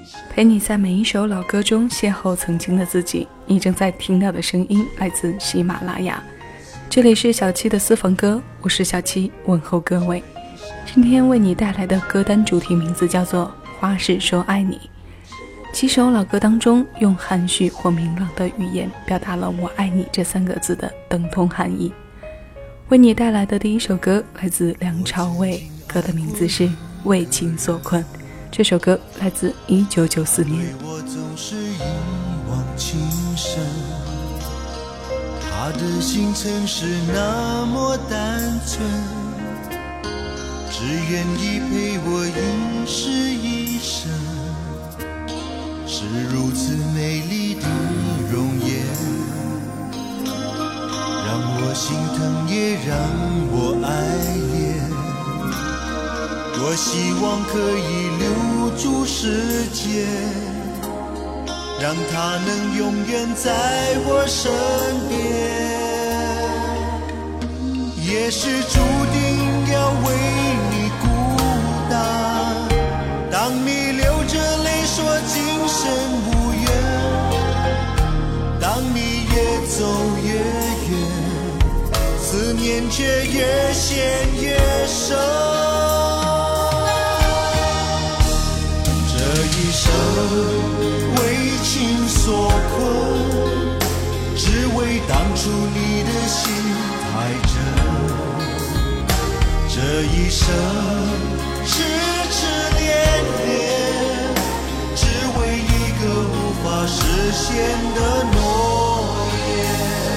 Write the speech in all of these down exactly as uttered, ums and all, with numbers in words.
陪你在每一首老歌中邂逅曾经的自己。你正在听到的声音来自喜马拉雅，这里是小七的私房歌，我是小七，问候各位。今天为你带来的歌单主题名字叫做花式说爱你。几首老歌当中，用含蓄或明朗的语言表达了我爱你这三个字的等同含义。为你带来的第一首歌来自梁朝伟，歌的名字是为情所困。这首歌来自一九九四年。 我总是一往情深，他的心曾是那么单纯，只愿意陪我一世一生，是如此美丽的容颜，让我心疼也让我爱恋。多希望可以留住时间，让它能永远在我身边。也是注定要为你孤单，当你流着泪说今生无缘，当你越走越远，思念却越陷越深。一生为情所困，只为当初你的心太真。这一生痴痴恋恋，只为一个无法实现的诺言。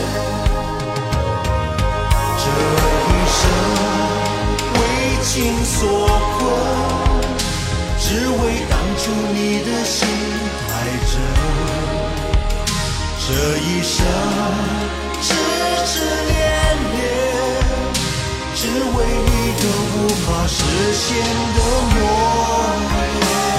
这一生为情所困，只为当初你的心太真。这一生痴痴恋恋，只为一个无法实现的诺言。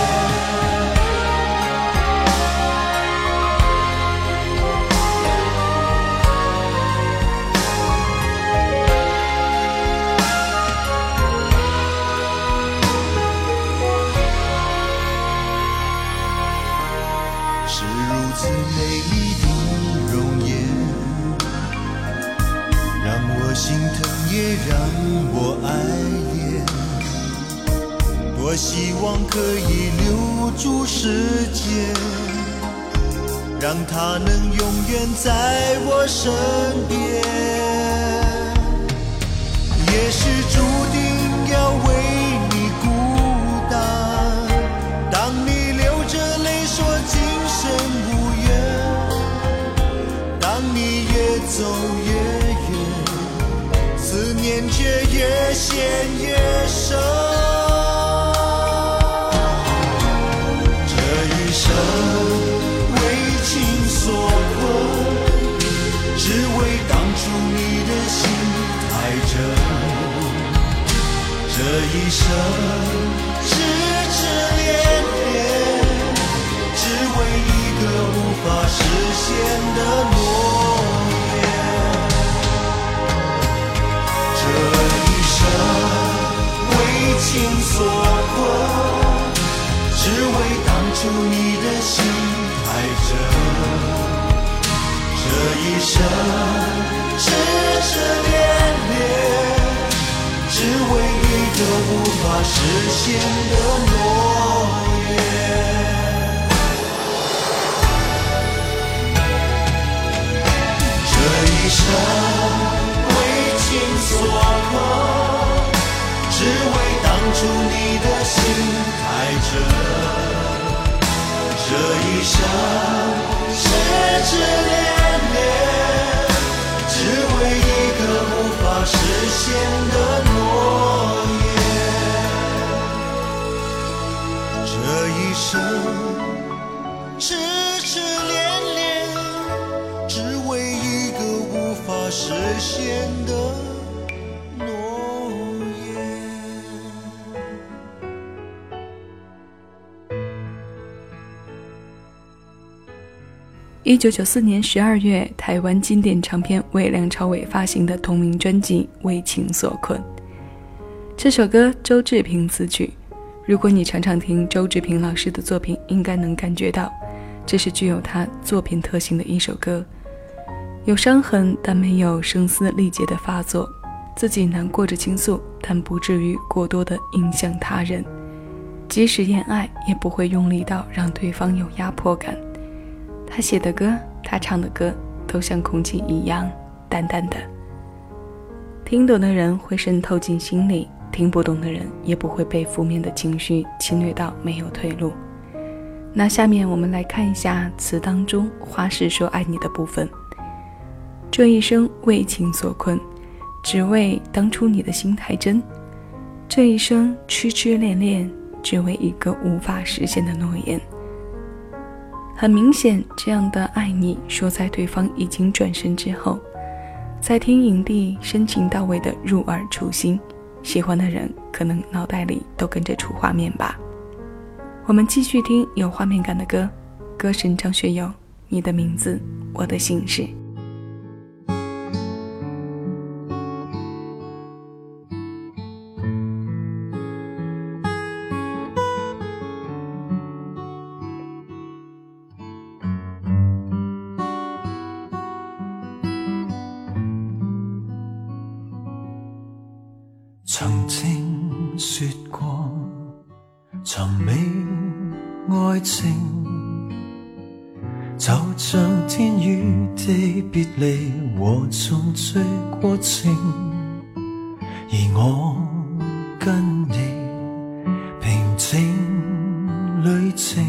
心疼也让我爱恋，多希望可以留住时间，让它能永远在我身边。也是注定要为你孤单，当你流着泪说今生无缘，当你越走越远，思念却越陷越深。这一生为情所困，只为当初你的心太真。这一生痴痴恋恋，只为一个无法实现的诺言。这一生为情所困，只为当初你的心太真。这一生痴痴恋恋，只为一个无法实现的诺言。这一生为情所困，只为当初你的心太真。这一生痴痴恋恋，只为一个无法实现的诺言。这一生痴痴恋恋，只为一个无法实现的诺言。 一九九四年十二月，台湾经典唱片为梁朝伟发行的同名专辑《为情所困》。这首歌周志平词曲， 如果你常常听周志平老师的作品，应该能感觉到这是具有他作品特性的一首歌，有伤痕但没有声嘶力竭的发作，自己难过着倾诉，但不至于过多的影响他人，即使恋爱也不会用力到让对方有压迫感。他写的歌，他唱的歌，都像空气一样淡淡的，听懂的人会渗透进心里，听不懂的人也不会被负面的情绪侵略到没有退路。那下面我们来看一下词当中花式说爱你的部分。这一生为情所困，只为当初你的心太真，这一生痴痴恋恋，只为一个无法实现的诺言。很明显，这样的爱你说在对方已经转身之后，在听影帝深情到位的入耳触心，喜欢的人可能脑袋里都跟着出画面吧。我们继续听有画面感的歌，歌神张学友，你的名字我的姓氏。 曾經說過尋覓愛情，就像天與地別離和重聚過程，而我跟你平靜旅程，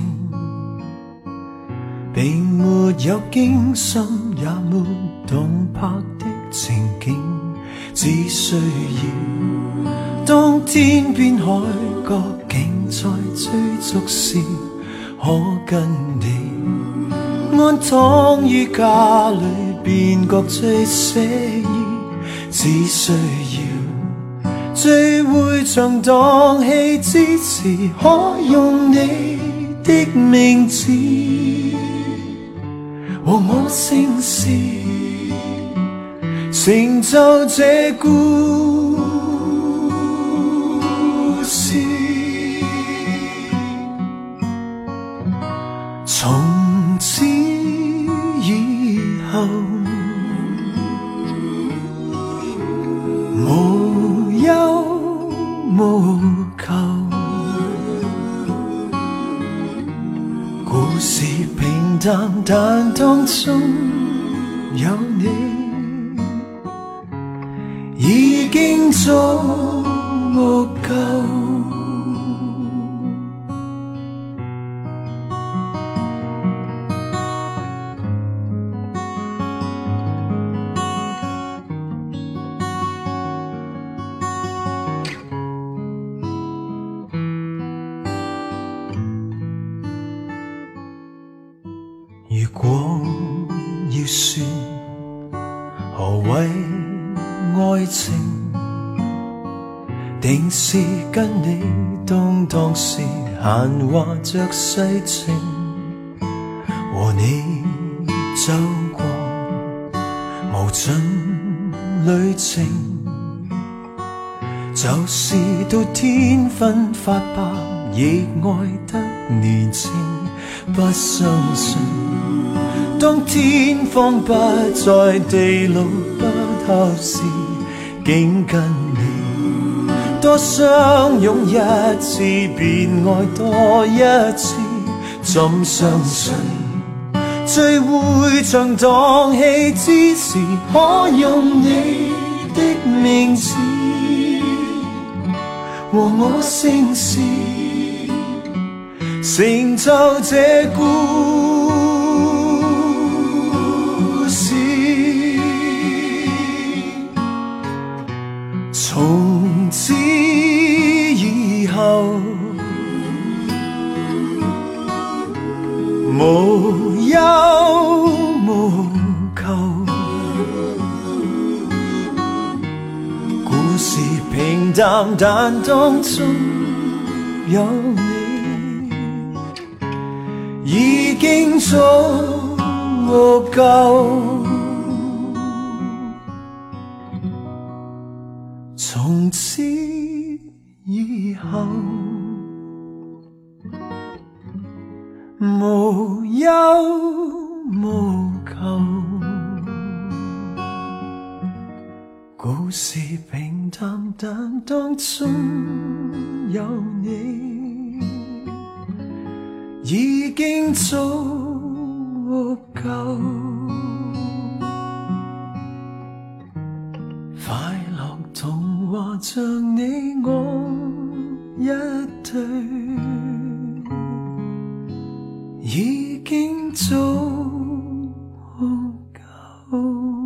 並沒有驚心也沒動魄的情景，只需要當天邊海角竟在追逐時，可跟你安躺於家裏便覺最寫意，只需要聚會場蕩氣之時，可用你的名字和我姓氏，成就這故事。從此以後，無憂無求，故事平淡，但當中有你，已經足夠。如果要說何謂愛情，定是跟你動盪時閒話着世情，和你走過無盡旅程，就是到天昏發白亦愛得年輕，不相信當天荒不再地老不透時，竟跟你多相擁一次便愛多一次，怎相信聚會場蕩氣之時，可用你的名字和我姓氏，成就這故事。從此以後，無憂無求，故事平淡，但當中有你，已經足夠。從此以後， 無憂無求，故事平淡但當中有你，已經足夠。快樂童話像你我一對，已經足夠。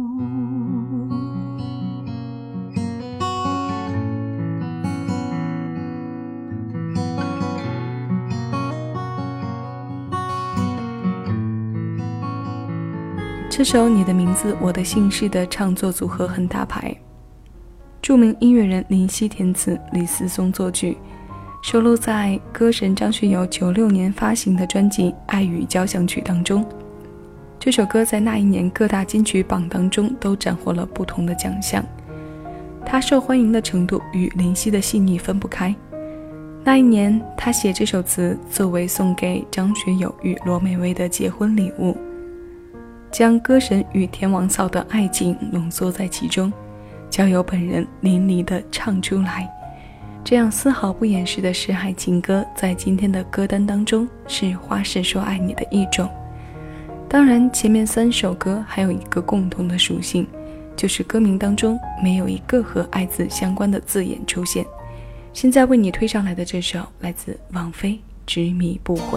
这首《你的名字我的姓氏》的唱作组合很大牌，著名音乐人林夕填词，李思松作曲，收录在歌神张学友九六年发行的专辑《爱与交响曲》当中。这首歌在那一年各大金曲榜当中都斩获了不同的奖项，它受欢迎的程度与林夕的细腻分不开。那一年他写这首词作为送给张学友与罗美薇的结婚礼物，将歌神与天王嫂的爱情浓缩在其中，交由本人淋漓地唱出来。这样丝毫不掩饰的诗海情歌，在今天的歌单当中是花式说爱你的一种。当然前面三首歌还有一个共同的属性，就是歌名当中没有一个和爱字相关的字眼出现。现在为你推上来的这首来自王菲《执迷不悔》。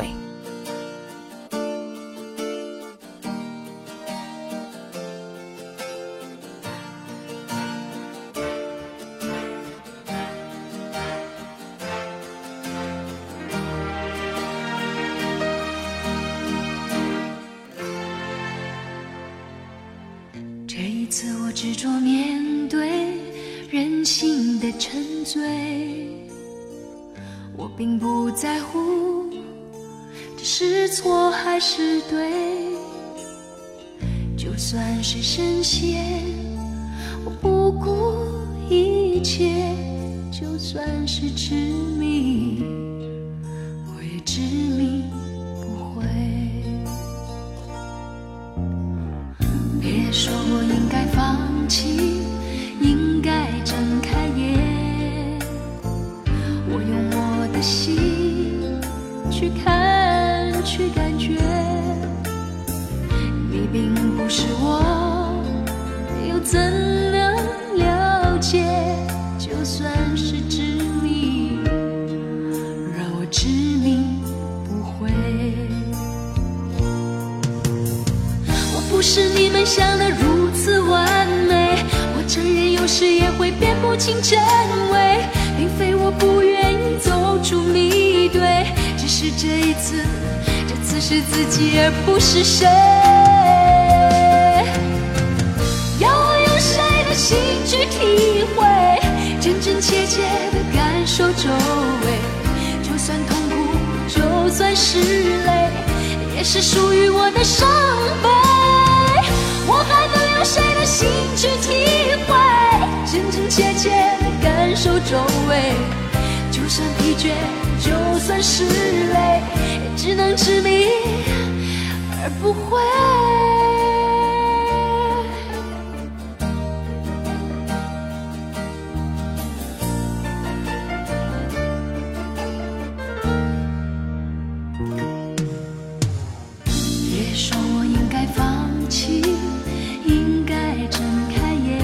这一次我执着面对人性的沉醉，我并不在乎这是错还是对，就算是深陷我不顾一切，就算是执迷我也执迷不悔。别说我应该放弃，应该睁开眼，我用我的心去看去感觉，你并不是我，又怎能了解，就算是执迷，让我执迷不悔。不是你们想的如此完美，我承认有时也会辨不清真伪，并非我不愿意走出迷堆，只是这一次，这次是自己而不是谁。要我用谁的心去体会，真真切切的感受周围，就算痛苦，就算是泪，也是属于我的伤悲。我还能用谁的心去体会，真真切切的感受周围，就算疲倦，就算是累，也只能执迷而不悔。别说我应该放弃，应该睁开眼，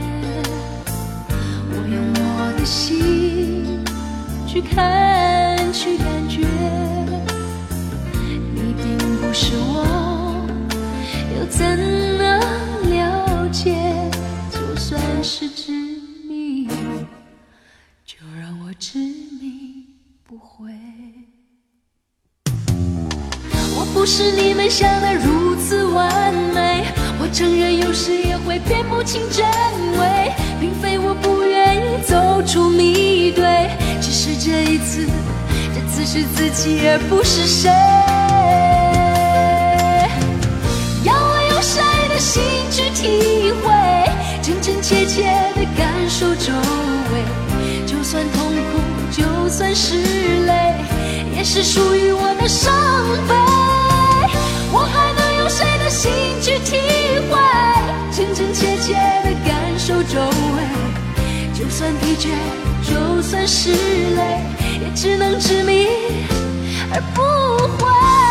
我用我的心去看去感觉，你并不是我，又怎能了解，就算是执迷，就让我执迷不悔。我不是你们想的如此完美，我承认有时也会辨不清真伪，并非我不愿意走出迷堆，只是这一次，这次是自己而不是谁。要我用谁的心去体会，真真切切的感受周围，就算痛苦，就算是累，也是属于我的伤悲。 算疲倦，就算是累，也只能执迷而不悔。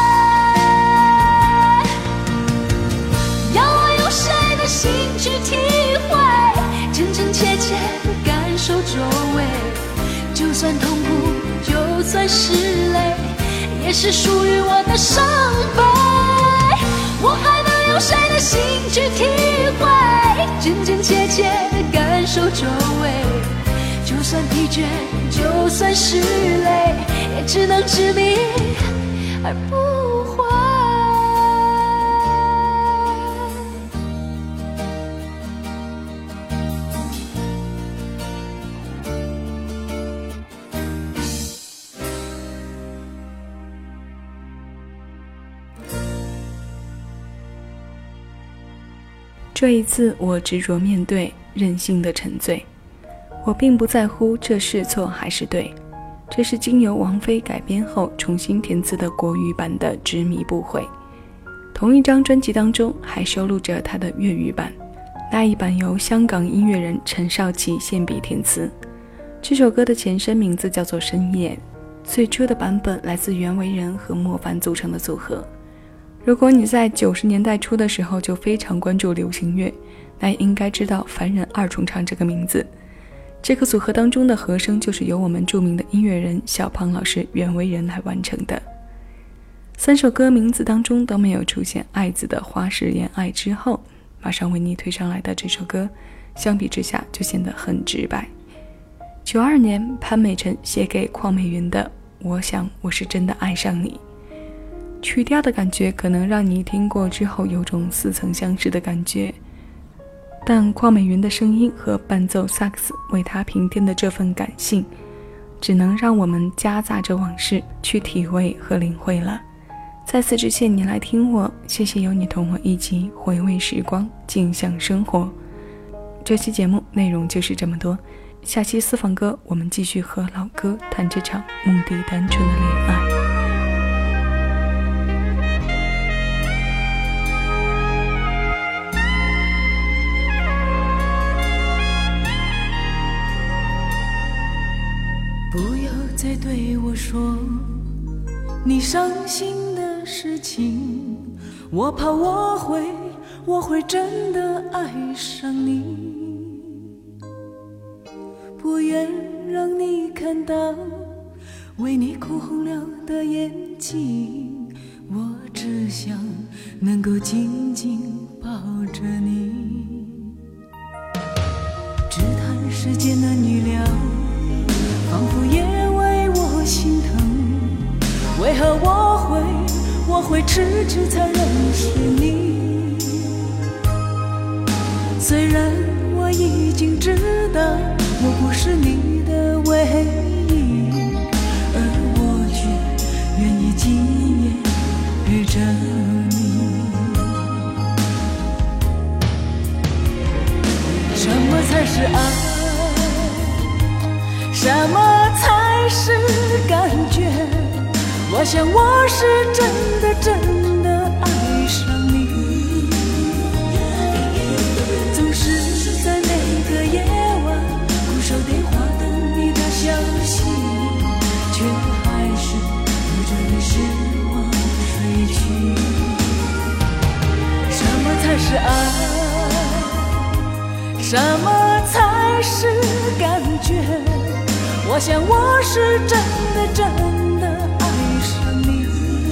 要我用谁的心去体会，真真切切的感受周围，就算痛苦，就算是累，也是属于我的伤悲。我还能用谁的心去体会，真真切切的感受周围，就算疲倦，就算是累，也只能执迷而不悔。 这一次我执着面对，任性的沉醉，我并不在乎这是错还是对。这是经由王菲改编后重新填词的国语版的《执迷不悔》。同一张专辑当中还收录着她的粤语版，那一版由香港音乐人陈少琪现笔填词。这首歌的前身名字叫做《深夜》，最初的版本来自袁惟仁和莫凡组成的组合。如果你在九十年代初的时候就非常关注流行乐，那也应该知道凡人二重唱这个名字。这个组合当中的和声就是由我们著名的音乐人小胖老师袁惟仁来完成的。三首歌名字当中都没有出现爱字的花式恋爱之后，马上为你推上来的这首歌，相比之下就显得很直白。九二年潘美辰写给邝美云的我想我是真的爱上你，曲调的感觉可能让你听过之后有种似曾相识的感觉，但邝美云的声音和伴奏萨克斯为她平添的这份感性，只能让我们夹杂着往事去体味和领会了。在此之前你来听我，谢谢有你同我一起回味时光，静享生活。这期节目内容就是这么多，下期私房歌我们继续和老歌谈这场目的单纯的恋爱。 不要再对我说你伤心的事情，我怕我会我会真的爱上你，不愿让你看到为你哭红了的眼睛，我只想能够紧紧抱着你。只谈世间的女了，仿佛也为我心疼，为何我会我会迟迟才认识你？虽然我已经知道我不是你的唯一，而我却愿意今夜陪着你。什么才是爱？什么才是感觉？我想我是真的真的爱上你，总是在每个夜晚固守电话等你的消息，却还是陪着你失望睡去。什么才是爱？什么才是感觉？我想我是真的真的爱上你，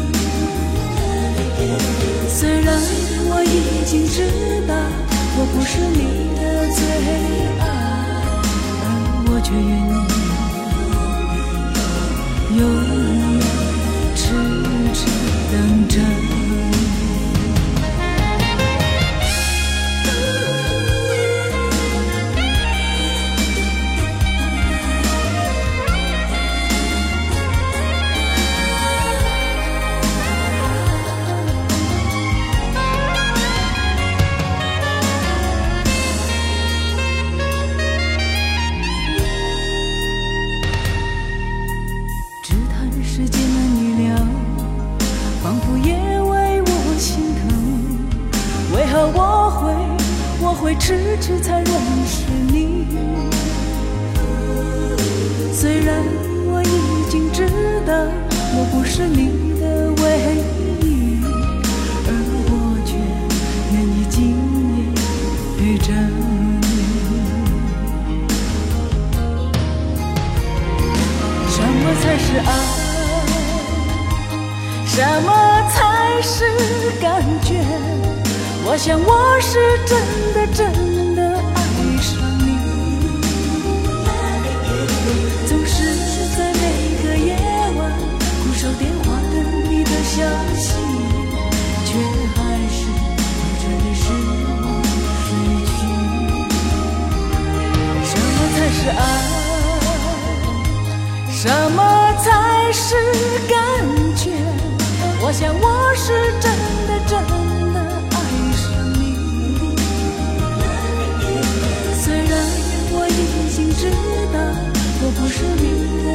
虽然我已经知道我不是你的最爱，而我却愿意永远痴痴等着你。 我会迟迟才认识你， 虽然我已经知道我不是你的唯一，而我却愿意今夜陪着你。什么才是爱？什么才是感觉？我想我是真的真的爱上你，总是在每个夜晚苦守电话等你的消息，却还是到这里失望睡去。什么才是爱？什么才是感觉？我想我是真的真的爱上你，虽然我已经知道我不是你的